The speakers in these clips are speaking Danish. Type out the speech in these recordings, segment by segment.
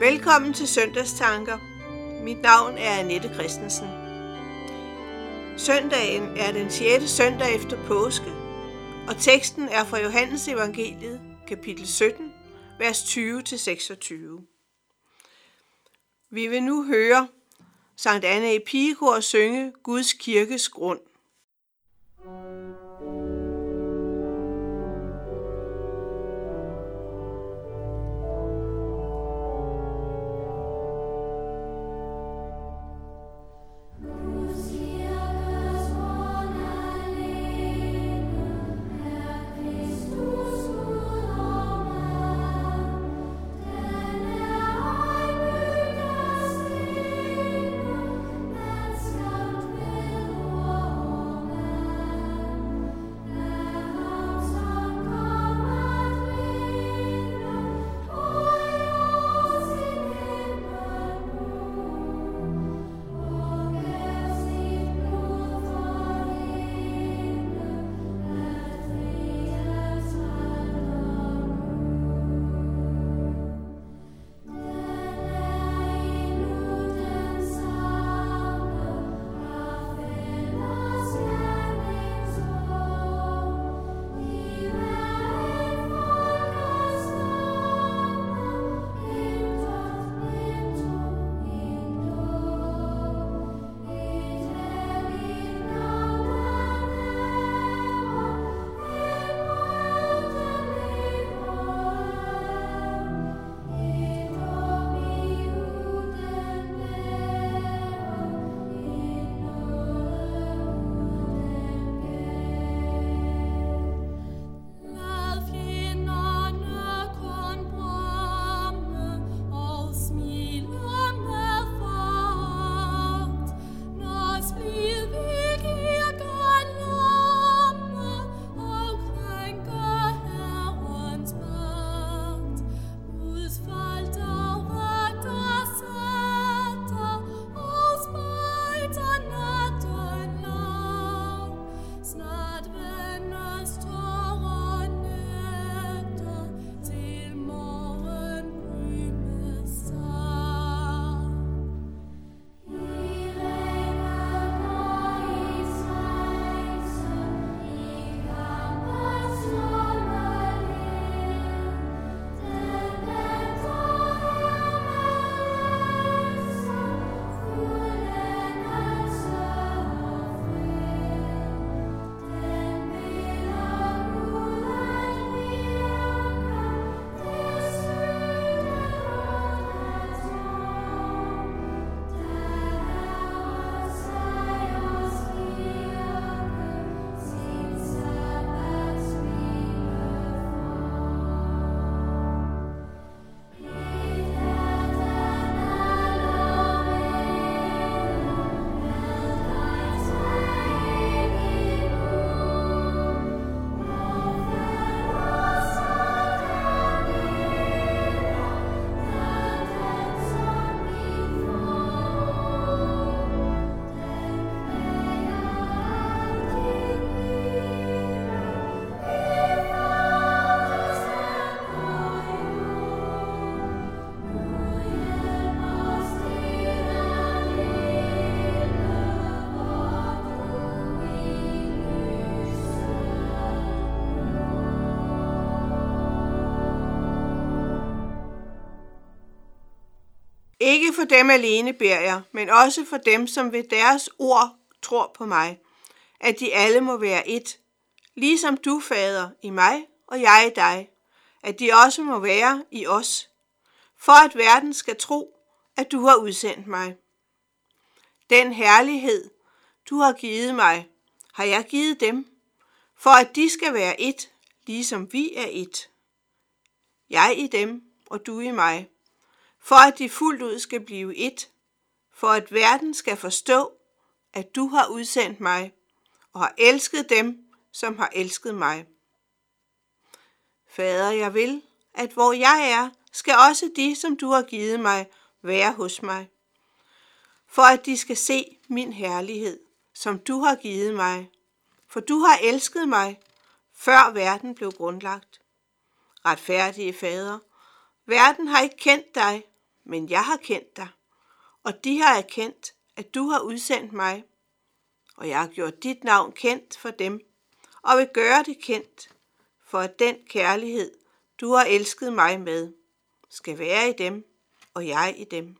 Velkommen til Søndagstanker. Mit navn er Annette Christensen. Søndagen er den 6. søndag efter påske, og teksten er fra Johannes Evangeliet, kapitel 17, vers 20-26. Vi vil nu høre Sankt Anna i Pigekor synge Guds kirkes grund. Ikke for dem alene beder jeg, men også for dem, som ved deres ord tror på mig, at de alle må være ét, ligesom du, Fader, i mig og jeg i dig, at de også må være i os, for at verden skal tro, at du har udsendt mig. Den herlighed, du har givet mig, har jeg givet dem, for at de skal være ét, ligesom vi er ét. Jeg i dem, og du i mig, for at de fuldt ud skal blive ét, for at verden skal forstå, at du har udsendt mig, og har elsket dem, som har elsket mig. Fader, jeg vil, at hvor jeg er, skal også de, som du har givet mig, være hos mig, for at de skal se min herlighed, som du har givet mig. For du har elsket mig, før verden blev grundlagt. Retfærdige Fader, verden har ikke kendt dig, men jeg har kendt dig, og de har erkendt, at du har udsendt mig, og jeg har gjort dit navn kendt for dem, og vil gøre det kendt, for at den kærlighed, du har elsket mig med, skal være i dem, og jeg i dem.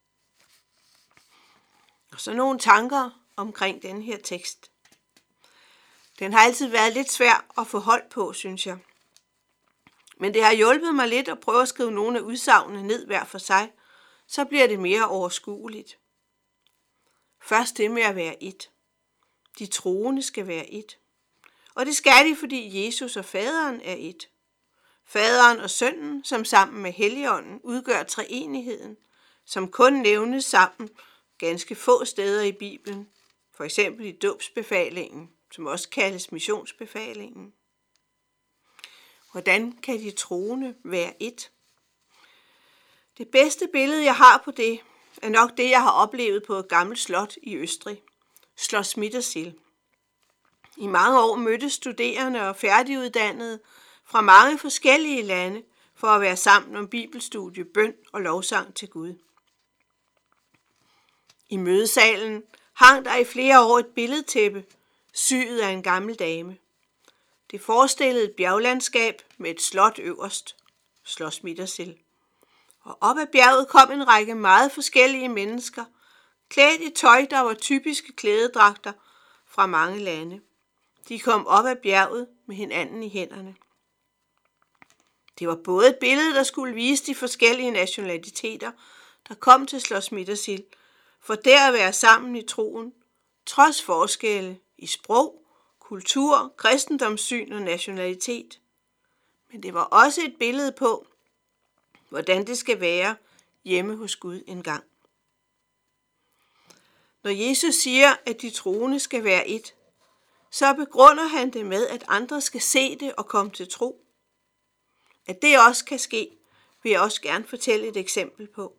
Og så nogle tanker omkring den her tekst. Den har altid været lidt svær at få hold på, synes jeg. Men det har hjulpet mig lidt at prøve at skrive nogle af udsagnene ned hver for sig, så bliver det mere overskueligt. Først det med at være ét. De troende skal være ét. Og det skal de, fordi Jesus og faderen er ét. Faderen og sønnen, som sammen med Helligånden udgør treenigheden, som kun nævnes sammen ganske få steder i Bibelen, for eksempel i dåbsbefalingen, som også kaldes missionsbefalingen. Hvordan kan de troende være ét? Det bedste billede, jeg har på det, er nok det, jeg har oplevet på et gammelt slot i Østrig, Schloss Mittersill. I mange år mødtes studerende og færdiguddannede fra mange forskellige lande for at være sammen om bibelstudie, bøn og lovsang til Gud. I mødesalen hang der i flere år et billedtæppe, syet af en gammel dame. Det forestillede et bjerglandskab med et slot øverst, Schloss Mittersill. Og op ad bjerget kom en række meget forskellige mennesker, klædt i tøj, der var typiske klædedragter fra mange lande. De kom op ad bjerget med hinanden i hænderne. Det var både et billede, der skulle vise de forskellige nationaliteter, der kom til Schloss Mittersill, for der at være sammen i troen, trods forskelle i sprog, kultur, kristendomssyn og nationalitet. Men det var også et billede på, hvordan det skal være hjemme hos Gud engang. Når Jesus siger, at de troende skal være ét, så begrunder han det med, at andre skal se det og komme til tro. At det også kan ske, vil jeg også gerne fortælle et eksempel på.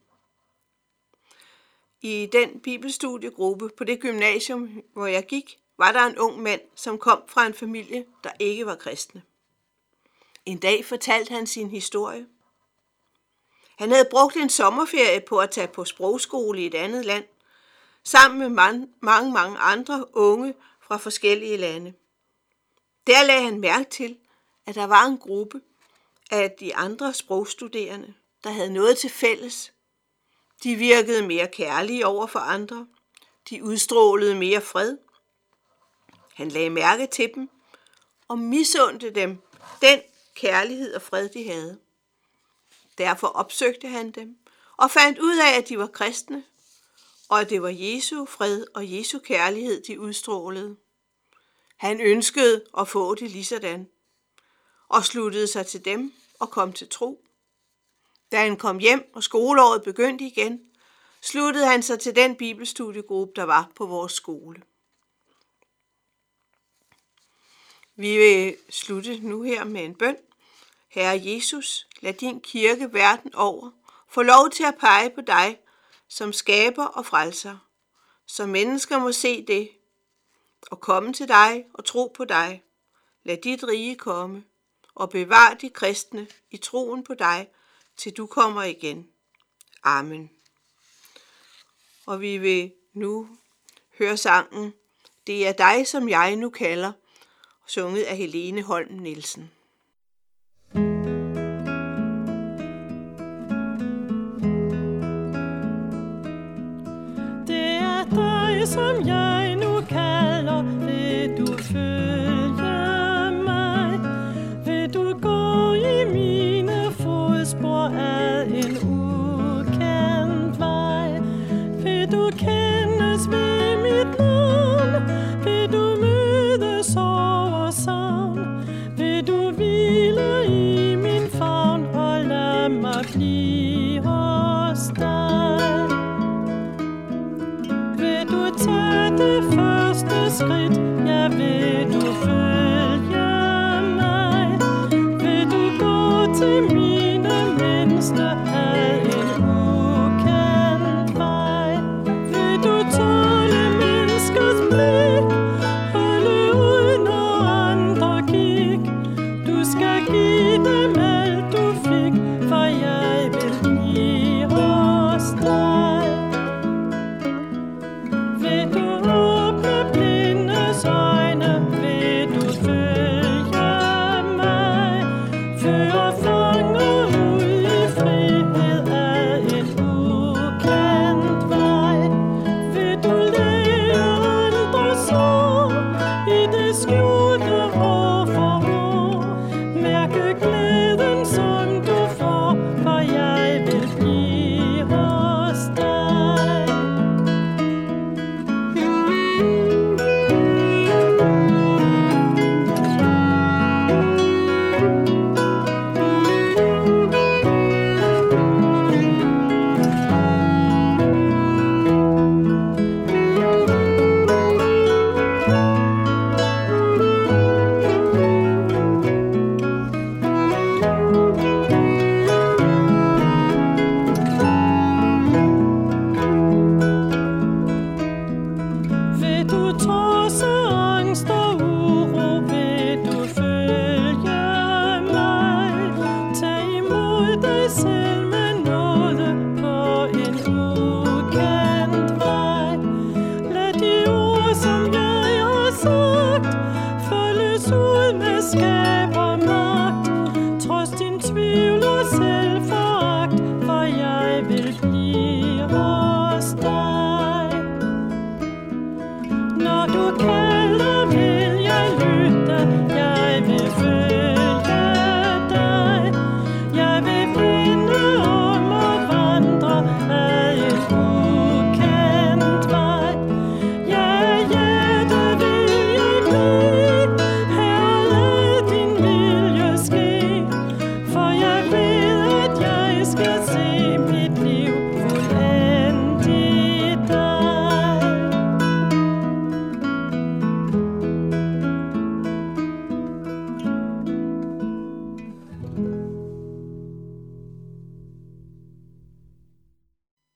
I den bibelstudiegruppe på det gymnasium, hvor jeg gik, var der en ung mand, som kom fra en familie, der ikke var kristne. En dag fortalte han sin historie. Han havde brugt en sommerferie på at tage på sprogskole i et andet land, sammen med mange andre unge fra forskellige lande. Der lagde han mærke til, at der var en gruppe af de andre sprogstuderende, der havde noget til fælles. De virkede mere kærlige over for andre. De udstrålede mere fred. Han lagde mærke til dem og misundte dem den kærlighed og fred, de havde. Derfor opsøgte han dem og fandt ud af, at de var kristne, og at det var Jesu fred og Jesu kærlighed, de udstrålede. Han ønskede at få det ligesådan, og sluttede sig til dem og kom til tro. Da han kom hjem, og skoleåret begyndte igen, sluttede han sig til den bibelstudiegruppe, der var på vores skole. Vi vil slutte nu her med en bøn. Herre Jesus, lad din kirke verden over få lov til at pege på dig som skaber og frelser, så mennesker må se det og komme til dig og tro på dig. Lad dit rige komme og bevar de kristne i troen på dig, til du kommer igen. Amen. Og vi vil nu høre sangen Det er dig, som jeg nu kalder, sunget af Helene Holm Nielsen. Det er dig, som jeg